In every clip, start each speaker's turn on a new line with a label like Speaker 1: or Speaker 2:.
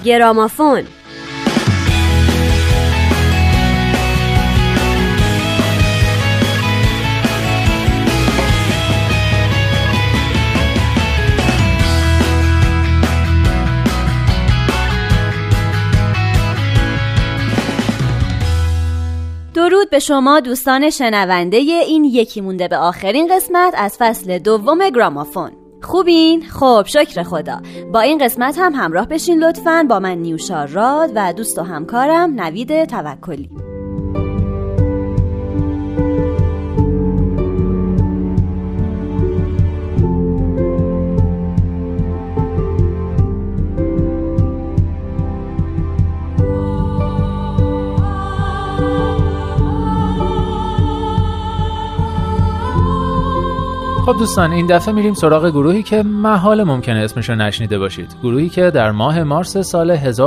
Speaker 1: گرامافون. درود به شما دوستان شنونده این یکی مونده به آخرین قسمت از فصل دوم گرامافون. خوبین؟ خب شکر خدا. با این قسمت هم همراه بشین لطفاً با من نیوشا راد و دوست و همکارم نوید توکلی.
Speaker 2: خب دوستان، این دفعه میریم سراغ گروهی که محال ممکنه اسمشو نشنیده باشید. گروهی که در ماه مارس سال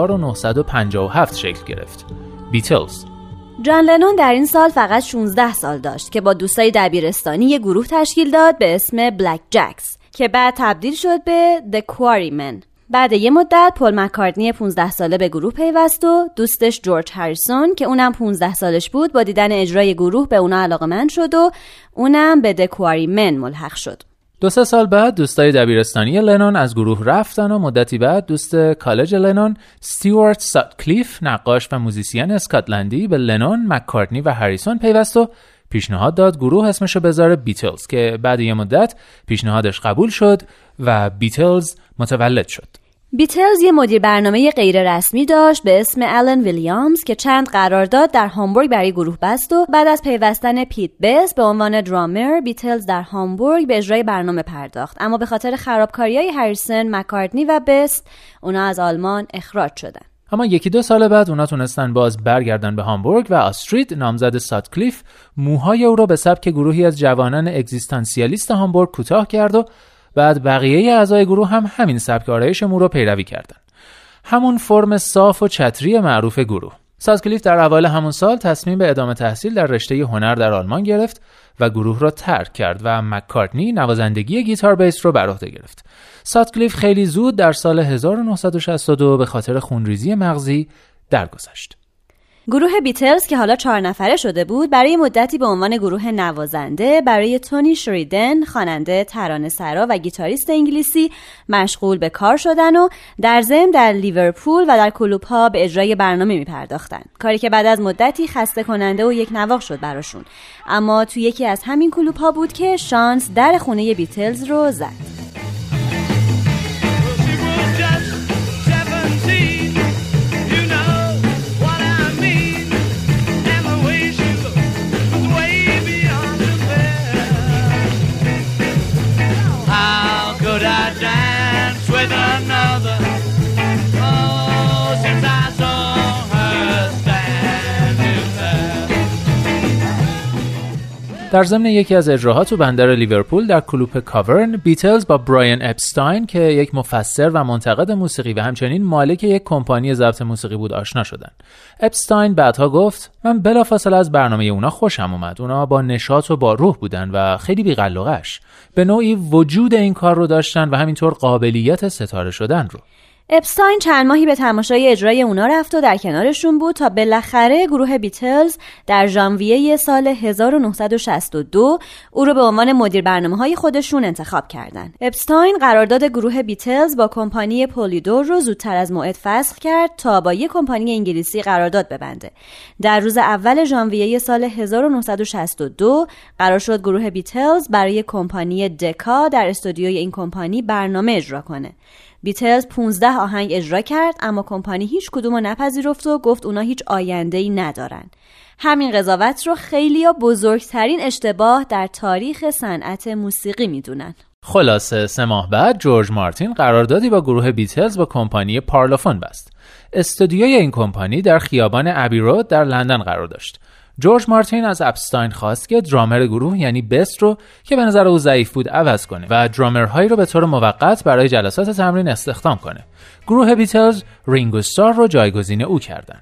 Speaker 2: 1957 شکل گرفت. بیتلز.
Speaker 1: جان لنون در این سال فقط 16 سال داشت که با دوستای دبیرستانی یه گروه تشکیل داد به اسم بلک جکس که بعد تبدیل شد به The Quarrymen. بعد یه مدت پل مکارتنی 15 ساله به گروه پیوست و دوستش جورج هریسون که اونم 15 سالش بود با دیدن اجرای گروه به اونا علاقه‌مند شد و اونم به The Quarrymen ملحق شد.
Speaker 2: 2-3 سال بعد دوستای دبیرستانی لنون از گروه رفتن و مدتی بعد دوست کالج لنون استیوارت ساتکلیف، نقاش و موزیسین اسکاتلندی، به لنون، مکارتنی و هریسون پیوست و پیشنهاد داد گروه اسمشو بذاره بیتلز که بعد یه مدت پیشنهادش قبول شد و بیتلز متولد شد.
Speaker 1: بیتلز یه مدیر برنامه غیر رسمی داشت به اسم آلن ویلیامز که چند قرارداد در هامبورگ برای گروه بست و بعد از پیوستن پیت بس به عنوان درامر بیتلز در هامبورگ به اجرای برنامه پرداخت، اما به خاطر خرابکاری‌های هریسون، مکارتنی و بست اونا از آلمان اخراج شدن.
Speaker 2: اما 1-2 سال بعد اونا تونستن باز برگردن به هامبورگ و آسترید، نامزد ساتکلیف، موهای او رو به سبک گروهی از جوانان اگزیستانسیالیست هامبورگ کوتاه کرد و بعد بقیه اعضای گروه هم همین سبک آرایش مو رو پیروی کردن. همون فرم صاف و چتری معروف گروه. ساتکلیف در اوایل همون سال تصمیم به ادامه تحصیل در رشته هنر در آلمان گرفت و گروه را ترک کرد و مکارتنی نوازندگی گیتار بیس رو بر عهده گرفت. ساتکلیف خیلی زود در سال 1962 به خاطر خونریزی مغزی درگذشت.
Speaker 1: گروه بیتلز که حالا 4 نفره شده بود برای مدتی به عنوان گروه نوازنده برای تونی شریدن، خواننده، ترانه‌سرا و گیتاریست انگلیسی مشغول به کار شدن و در ضمن در لیورپول و در کلوب‌ها به اجرای برنامه می‌پرداختن، کاری که بعد از مدتی خسته کننده و یک نواخت شد براشون. اما تو یکی از همین کلوب‌ها بود که شانس در خونه بیتلز رو زد.
Speaker 2: در ضمن یکی از اجراها تو بندر لیورپول در کلوب کاورن، بیتلز با برایان اپستاین که یک مفسر و منتقد موسیقی و همچنین مالک یک کمپانی ضبط موسیقی بود آشنا شدن. اپستاین بعدها گفت من بلافاصله از برنامه اونا خوشم اومد. اونا با نشاط و با روح بودن و خیلی بی‌قلقش. به نوعی وجود این کار رو داشتن و همینطور قابلیت ستاره شدن رو.
Speaker 1: اپستاین چند ماهی به تماشای اجرای اونا رفت و در کنارشون بود تا بالاخره گروه بیتلز در ژانویه سال 1962 او رو به عنوان مدیر برنامه‌های خودشون انتخاب کردن. اپستاین قرارداد گروه بیتلز با کمپانی پولیدور رو زودتر از موعد فسخ کرد تا با یک کمپانی انگلیسی قرارداد ببنده. در روز اول ژانویه سال 1962 قرار شد گروه بیتلز برای کمپانی دکا در استودیوی این کمپانی برنامه اجرا کنه. بیتلز 15 آهنگ اجرا کرد اما کمپانی هیچ کدومو نپذیرفت و گفت اونا هیچ آینده‌ای ندارن. همین قضاوت رو خیلیا بزرگترین اشتباه در تاریخ صنعت موسیقی میدونن.
Speaker 2: خلاصه 3 ماه بعد جورج مارتین قراردادی با گروه بیتلز با کمپانی پارلوفون بست. استودیوی این کمپانی در خیابان ابی رود در لندن قرار داشت. جورج مارتین از اپستاین خواست که درامر گروه یعنی بست رو که به نظر او ضعیف بود عوض کنه و درامرهایی رو به طور موقت برای جلسات تمرین استخدام کنه. گروه بیتلز رینگو استار رو جایگزین او کردن.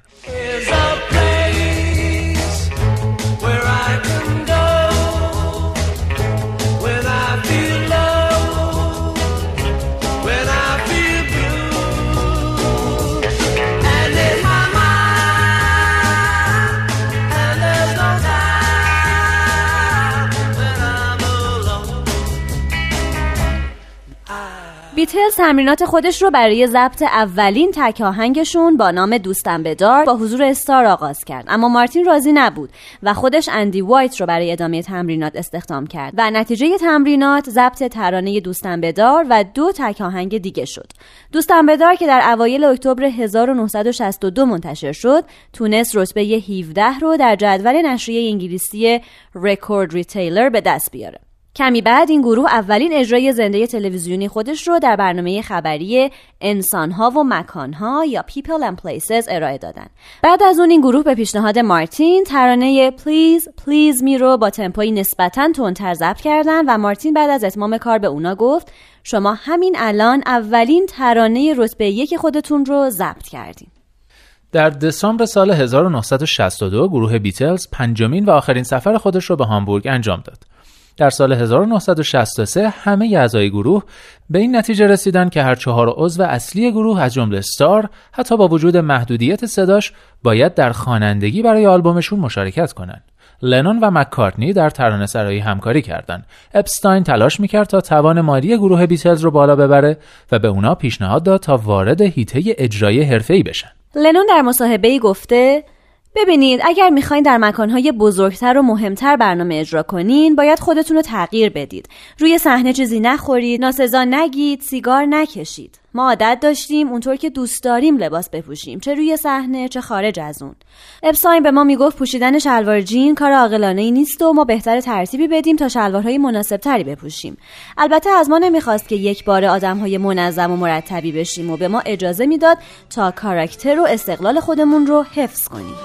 Speaker 1: بیتلز تمرینات خودش رو برای ضبط اولین تک آهنگشون با نام دوستم بدار با حضور استار آغاز کرد، اما مارتین راضی نبود و خودش اندی وایت رو برای ادامه تمرینات استخدام کرد و نتیجه تمرینات ضبط ترانه دوستم بدار و 2 تک آهنگ دیگه شد. دوستم بدار که در اوایل اکتبر 1962 منتشر شد، تونست رتبه 17 رو در جدول نشریه انگلیسی رکورد ریتیلر به دست بیاره. کمی بعد این گروه اولین اجرای زنده تلویزیونی خودش رو در برنامه خبری انسان‌ها و مکان‌ها یا People and Places ارائه دادن. بعد از اون این گروه به پیشنهاد مارتین ترانه Please Please Me رو با تمپوی نسبتاً تندتر ضبط کردن و مارتین بعد از اتمام کار به اونا گفت شما همین الان اولین ترانه رتبه 1 خودتون رو ضبط کردین.
Speaker 2: در دسامبر سال 1962 گروه بیتلز 5مین و آخرین سفر خودش رو به هامبورگ انجام داد. در سال 1963 همه اعضای گروه به این نتیجه رسیدن که هر 4 عضو اصلی گروه از جمله استار حتی با وجود محدودیت صداش باید در خوانندگی برای آلبومشون مشارکت کنند. لنون و مککارتنی در ترانه‌سرایی همکاری کردند. اپستاین تلاش میکرد تا توان مالی گروه بیتلز رو بالا ببره و به اونا پیشنهاد داد تا وارد حیطه اجرایی حرفه‌ای بشن.
Speaker 1: لنون در مصاحبه‌ای گفته ببینید اگر میخواین در مکانهای بزرگتر و مهمتر برنامه اجرا کنین باید خودتون رو تغییر بدید. روی صحنه چیزی نخورید، ناسزا نگید، سیگار نکشید. ما عادت داشتیم اونطور که دوست داریم لباس بپوشیم، چه روی صحنه چه خارج از اون. اپستاین به ما میگفت پوشیدن شلوار جین کار عاقلانه‌ای نیست و ما بهتر ترتیبی بدیم تا شلوارهای مناسبتری بپوشیم. البته از ما نمیخواست که یک بار آدمهای منظم و مرتبی بشیم و به ما اجازه میداد تا کاراکتر و استقلال خودمون رو حفظ کنیم.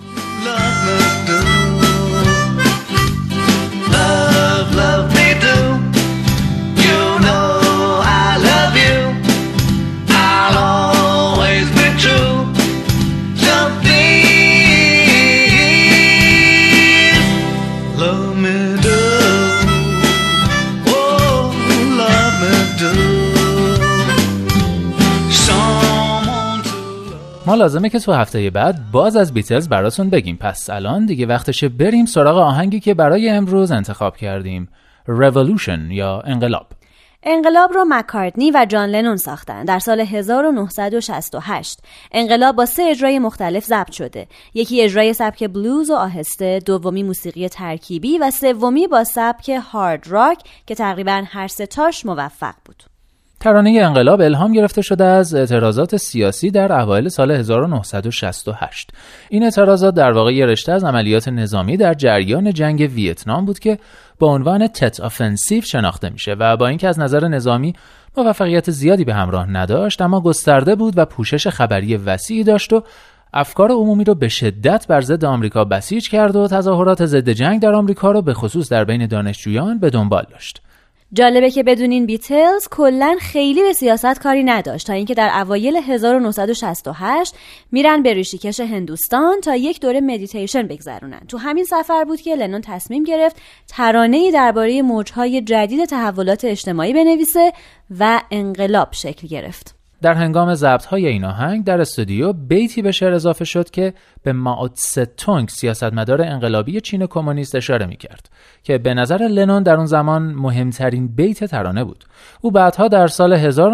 Speaker 2: ما لازمه که تو هفته بعد باز از بیتلز براتون بگیم، پس الان دیگه وقتشه بریم سراغ آهنگی که برای امروز انتخاب کردیم، Revolution یا انقلاب.
Speaker 1: انقلاب رو مککارتنی و جان لنون ساختن در سال 1968. انقلاب با 3 اجرای مختلف ضبط شده. یکی اجرای سبک بلوز و آهسته، دومی موسیقی ترکیبی و سومی با سبک هارد راک که تقریباً هر 3 تاش موفق بود.
Speaker 2: ترانه انقلاب الهام گرفته شده از اعتراضات سیاسی در اوایل سال 1968. این اعتراضات در واقع یه رشته از عملیات نظامی در جریان جنگ ویتنام بود که با عنوان تت آفنسیو شناخته میشه و با اینکه از نظر نظامی موفقیت زیادی به همراه نداشت اما گسترده بود و پوشش خبری وسیعی داشت و افکار عمومی رو به شدت بر ضد آمریکا بسیج کرد و تظاهرات ضد جنگ در آمریکا رو به خصوص در بین دانشجویان به دنبال داشت.
Speaker 1: جالبه که بدونین بیتلز کلاً خیلی به سیاست کاری نداشت تا اینکه در اوایل 1968 میرن به ریشیکش هندوستان تا یک دوره مدیتیشن بگذرونن. تو همین سفر بود که لنون تصمیم گرفت ترانه‌ای درباره موجهای جدید تحولات اجتماعی بنویسه و انقلاب شکل گرفت.
Speaker 2: در هنگام ضبط‌های این آهنگ در استودیو بیتی به شعر اضافه شد که به مائو تسه-تونگ سیاستمدار انقلابی چین کمونیست اشاره می‌کرد که به نظر لنون در اون زمان مهمترین بیت ترانه بود. او بعدها در سال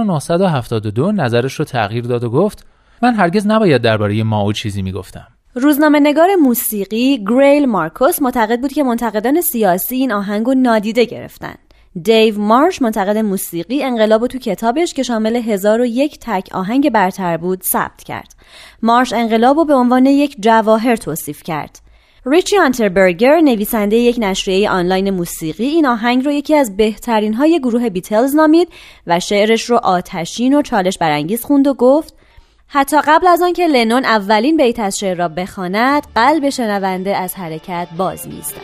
Speaker 2: 1972 نظرش رو تغییر داد و گفت من هرگز نباید درباره مائو چیزی میگفتم.
Speaker 1: روزنامه‌نگار موسیقی گریل مارکوس معتقد بود که منتقدان سیاسی این آهنگو نادیده گرفتن. دیو مارش منتقد موسیقی انقلابو تو کتابش که شامل 1001 تک آهنگ برتر بود ثبت کرد. مارش انقلابو به عنوان یک جواهر توصیف کرد. ریچی آنتربرگر نویسنده یک نشریه آنلاین موسیقی این آهنگ رو یکی از بهترین های گروه بیتلز نامید و شعرش رو آتشین و چالش برانگیز خوند و گفت حتی قبل از آن که لنون اولین بیت از شعر را بخواند قلب شنونده از حرکت باز می‌ایستد.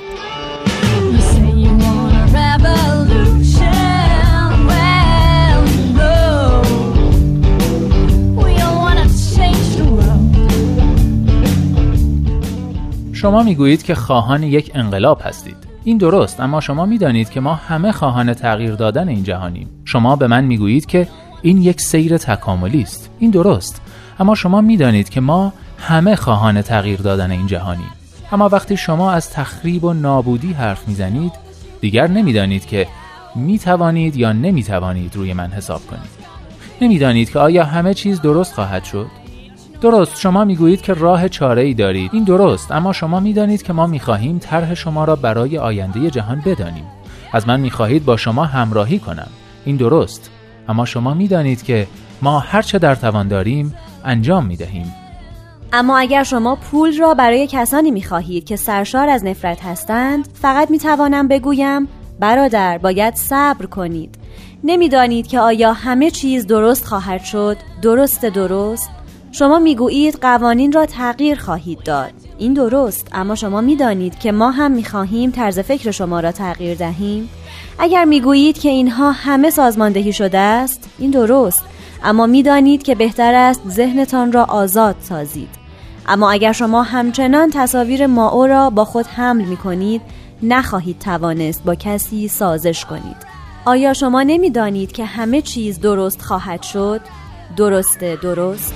Speaker 2: شما میگویید که خواهان یک انقلاب هستید. این درست، اما شما میدانید که ما همه خواهان تغییر دادن این جهانیم. شما به من میگویید که این یک سیر تکاملی است. این درست، اما شما میدانید که ما همه خواهان تغییر دادن این جهانیم. اما وقتی شما از تخریب و نابودی حرف میزنید دیگر نمیدانید که میتوانید یا نمیتوانید روی من حساب کنید. نمیدانید که آیا همه چیز درست خواهد شد؟ درست، شما میگویید که راه چاره‌ای دارید. این درست، اما شما میدانید که ما میخواهیم طرح شما را برای آینده جهان بدانیم. از من میخواهید با شما همراهی کنم. این درست، اما شما میدانید که ما هر چه در توان داریم انجام میدهیم.
Speaker 1: اما اگر شما پول را برای کسانی میخواهید که سرشار از نفرت هستند، فقط میتوانم بگویم برادر، باید صبر کنید. نمیدانید که آیا همه چیز درست خواهد شد؟ درست. شما میگویید قوانین را تغییر خواهید داد. این درست، اما شما میدانید که ما هم میخواهیم طرز فکر شما را تغییر دهیم. اگر میگویید که اینها همه سازماندهی شده است، این درست، اما میدانید که بهتر است ذهنتان را آزاد سازید. اما اگر شما همچنان تصاویر مائو را با خود حمل میکنید، نخواهید توانست با کسی سازش کنید. آیا شما نمیدانید که همه چیز درست خواهد شد؟ درست.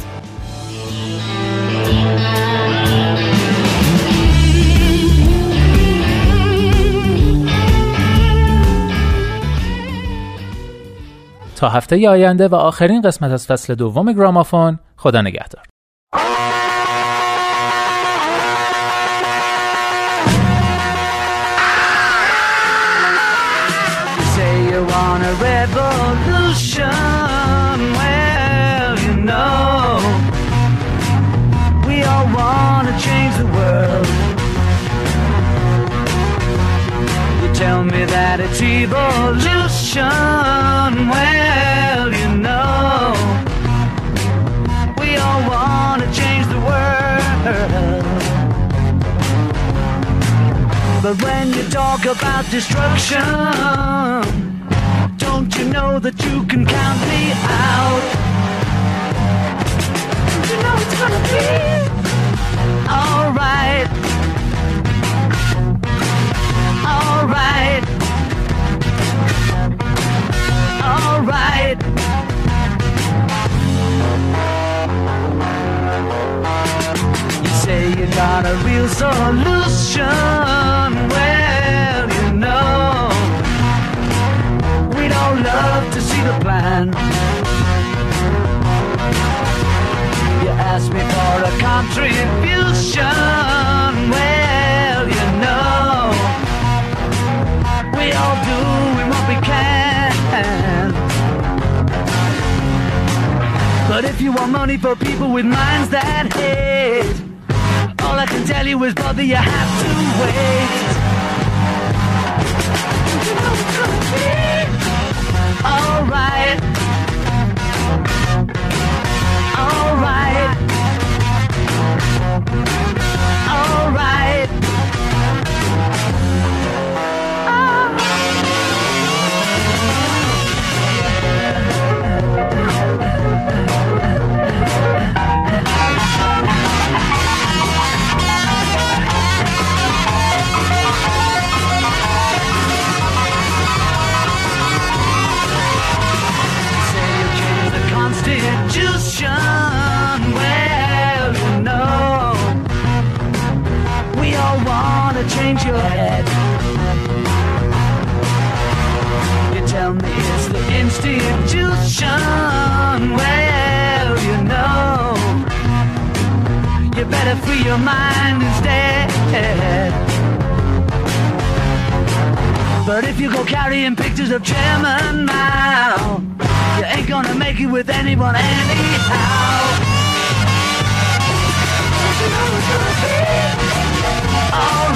Speaker 2: تا هفته آینده و آخرین قسمت از فصل دوم گرامافون، خدا نگهدار.
Speaker 3: Tell me that it's evolution. Well, you know, we all want to change the world. But when you talk about destruction, don't you know that you can count me out? Don't you know it's gonna be alright? Alright. You say you got a real solution. Well, you know, we'd all love to see the plan. You asked me for a contribution. Well, you know, we all doing what we can. But if you want money for people with minds that hate, all I can tell you is, brother, you have to wait. You know it's gonna be alright. Alright. Alright. Well, you know, we all want to change your head. You tell me it's the institution. Well, you know, you better free your mind instead. But if you go carrying pictures of Chairman Mao, you ain't gonna make it with anyone anyhow. You know it's gonna be alright.